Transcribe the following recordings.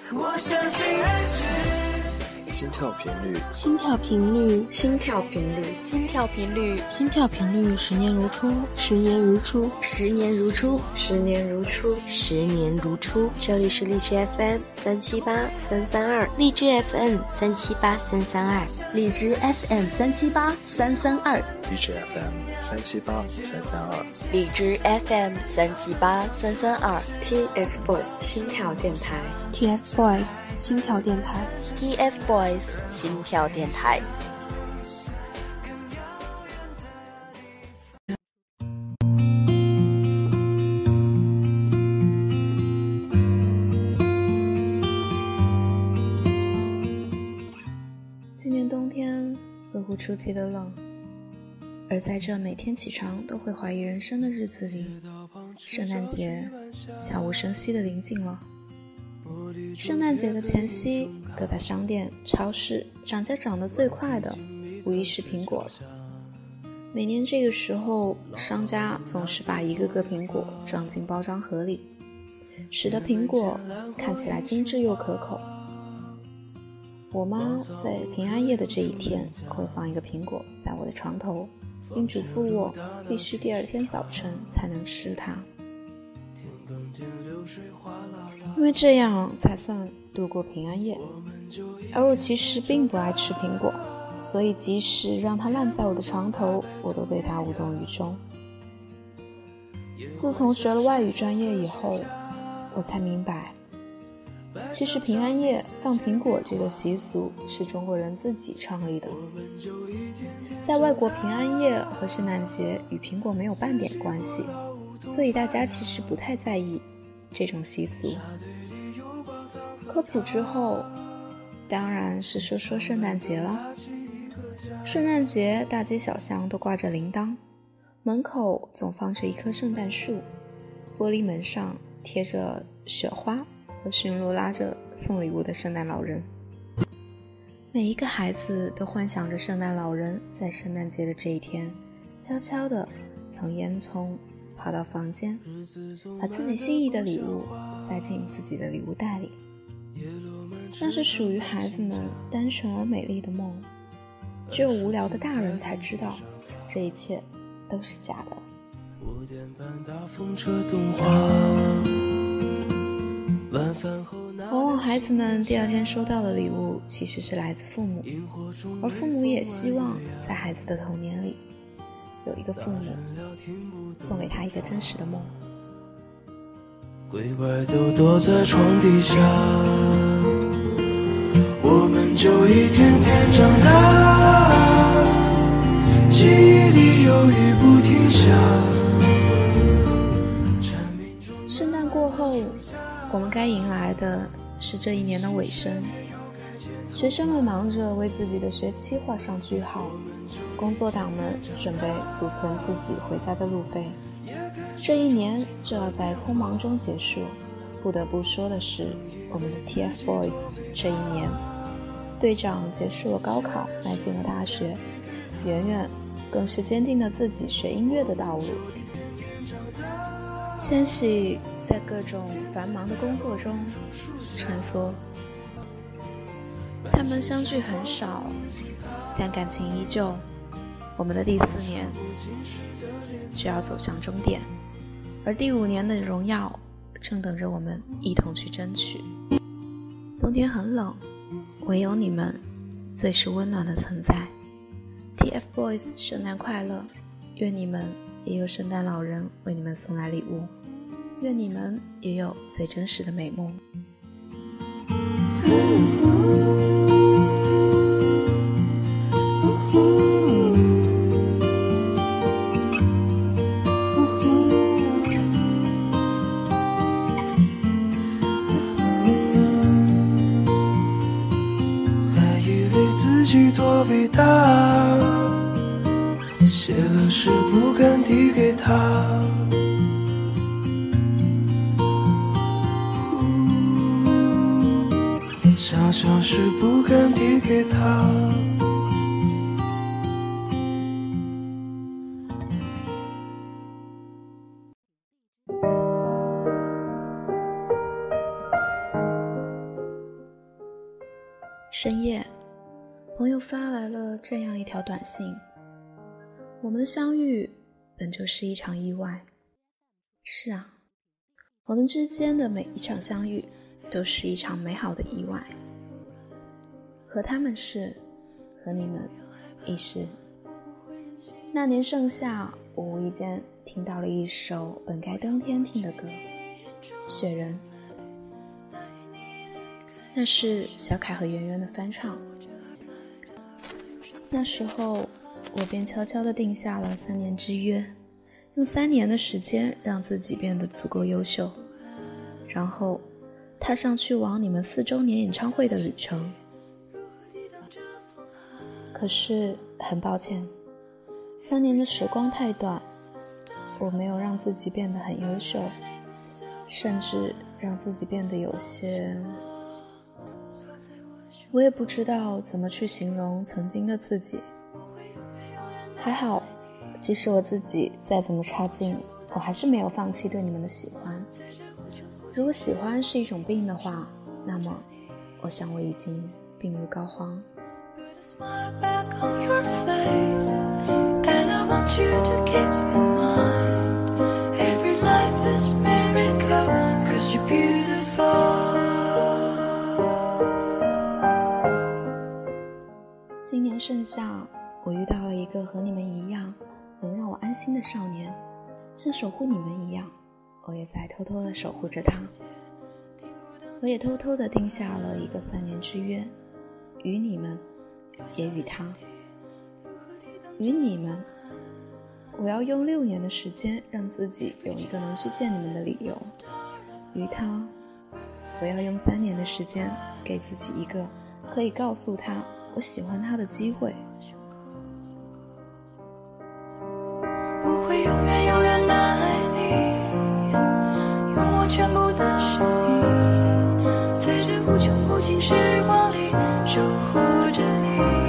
我相信爱是心跳频率， 心跳频率， 心跳频率， 心跳频率， 心跳频率，十年如初， 十年如初， 十年如初， 十年如初， 十年如初。 这里是荔枝 FM 378-332， 荔枝 FM 378-332， 荔枝 FM 378-332， 荔枝 FM 378-332， 荔枝 FM 378-332 TFBOYS 心跳电台 TFBOYS 心跳电台 TFBOYS 心跳电台。 今年冬天似乎出奇的冷，而在这每天起床都会怀疑人生的日子里，圣诞节悄无声息地临近了。圣诞节的前夕，各大商店、超市涨价涨得最快的无疑是苹果了。每年这个时候，商家总是把一个个苹果装进包装盒里，使得苹果看起来精致又可口。我妈在平安夜的这一天会放一个苹果在我的床头，并嘱咐我必须第二天早晨才能吃它，因为这样才算度过平安夜。而我其实并不爱吃苹果，所以即使让它烂在我的床头，我都对它无动于衷。自从学了外语专业以后，我才明白，其实平安夜放苹果这个习俗是中国人自己创立的。在外国，平安夜和圣诞节与苹果没有半点关系，所以大家其实不太在意这种习俗。科普之后，当然是说圣诞节了。圣诞节大街小巷都挂着铃铛，门口总放着一棵圣诞树，玻璃门上贴着雪花和驯鹿拉着送礼物的圣诞老人。每一个孩子都幻想着圣诞老人在圣诞节的这一天，悄悄地从烟囱跑到房间，把自己心仪的礼物塞进自己的礼物袋里。那是属于孩子们单纯而美丽的梦，只有无聊的大人才知道，这一切都是假的。往往孩子们第二天收到的礼物其实是来自父母，而父母也希望在孩子的童年里有一个父母送给他一个真实的梦。 鬼怪都躲在床底下，我们就一天天长大，记忆里有雨不停下。 圣诞过后，我们该迎来的是这一年的尾声。学生们忙着为自己的学期画上句号，工作党们准备储存自己回家的路费。这一年就要在匆忙中结束，不得不说的是，我们的 TFBOYS 这一年，队长结束了高考，迈进了大学，圆圆更是坚定了自己学音乐的道路。千玺在各种繁忙的工作中穿梭，他们相聚很少，但感情依旧。我们的第4年就要走向终点，而第5年的荣耀正等着我们一同去争取。冬天很冷，唯有你们最是温暖的存在。 TFBOYS 圣诞快乐，愿你们也有圣诞老人为你们送来礼物，愿你们也有最真实的美梦。 还以为自己多伟大，写了诗不敢递给他，小小事不敢递给他。 深夜，朋友发来了这样一条短信：我们的相遇本就是一场意外。是啊，我们之间的每一场相遇都是一场美好的意外。和他们是，和你们亦是。那年盛夏，我无意间听到了一首本该冬天听的歌，雪人。那是小凯和圆圆的翻唱。那时候我便悄悄地定下了3年之约，用3年的时间让自己变得足够优秀，然后踏上去往你们4周年演唱会的旅程。可是很抱歉，3年的时光太短，我没有让自己变得很优秀，甚至让自己变得有些……我也不知道怎么去形容曾经的自己。还好，即使我自己再怎么差劲，我还是没有放弃对你们的喜欢。如果喜欢是一种病的话，那么我想我已经病入膏肓。今年盛夏，我遇到了一个和你们一样能让我安心的少年，像守护你们一样，我也在偷偷地守护着他。我也偷偷地定下了一个3年之约，与你们，也与他。与你们，我要用6年的时间让自己有一个能去见你们的理由；与他，我要用3年的时间给自己一个可以告诉他我喜欢他的机会。 我会永远永远的爱你，用我全部的生命，在这无穷无尽时光里守护着你。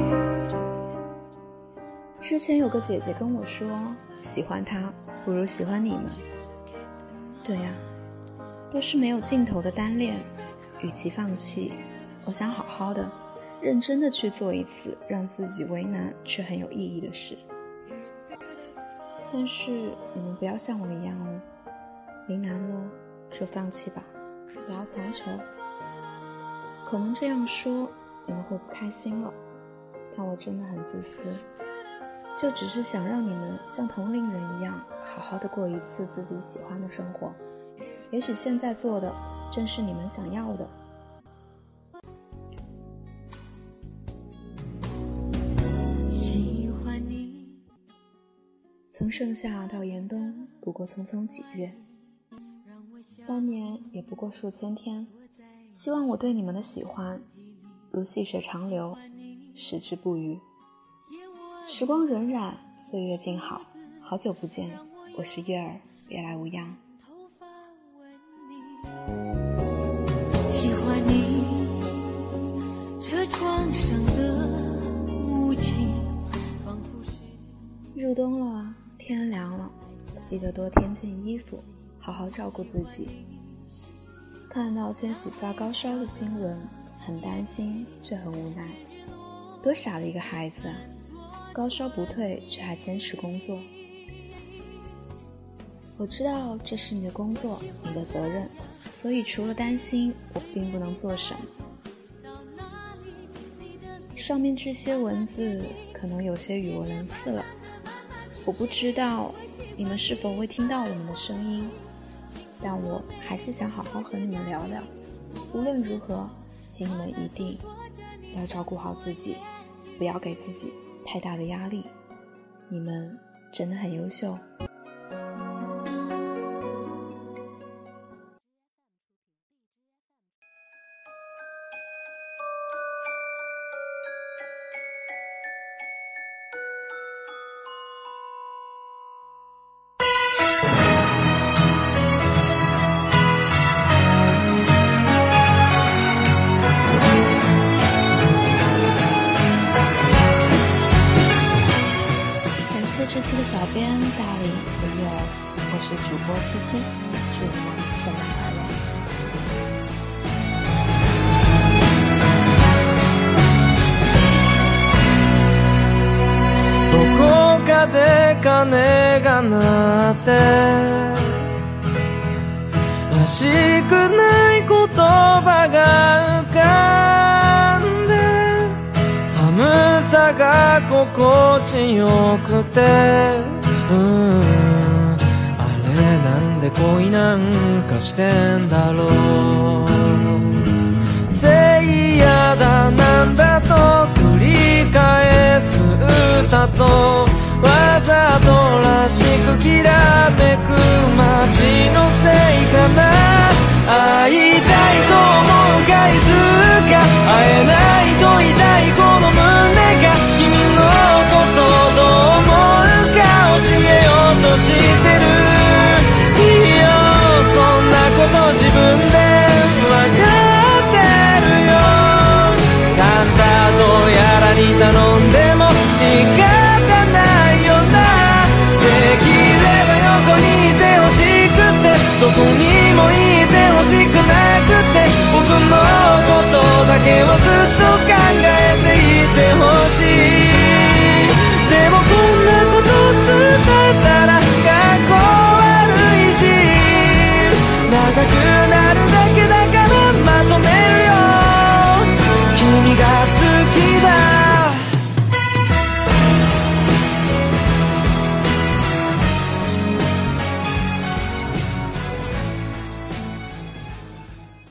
之前有个姐姐跟我说，喜欢他不如喜欢你们。对呀，都是没有尽头的单恋，与其放弃，我想好好的认真的去做一次让自己为难却很有意义的事。但是你们不要像我一样哦，为难了就放弃吧，不要强求。可能这样说你们会不开心了，但我真的很自私，就只是想让你们像同龄人一样好好的过一次自己喜欢的生活。也许现在做的正是你们想要的。从盛夏到严冬，不过匆匆几月，3年也不过数千天。希望我对你们的喜欢如细水长流，矢志不渝。时光荏苒，岁月静好，好久不见，我是月儿，别来无恙。 喜欢你车窗上的雾气，仿佛是入冬了，天凉了，记得多添件衣服，好好照顾自己。看到千玺发高烧的新闻，很担心却很无奈。多傻的一个孩子啊，高烧不退却还坚持工作。我知道这是你的工作，你的责任，所以除了担心，我并不能做什么。上面这些文字可能有些语无伦次了，我不知道你们是否会听到我们的声音，但我还是想好好和你们聊聊。无论如何，请你们一定要照顾好自己，不要给自己太大的压力。你们真的很优秀。谢这期的小编大林和月儿，我是主播七七，祝你们圣诞快乐。 屋で鐘が鳴ってらしくない言葉が浮かんで寒さが心地よくてあれなんで恋なんかしてんだろうせいやだなんだと繰り返す歌とわざとらしくきらめく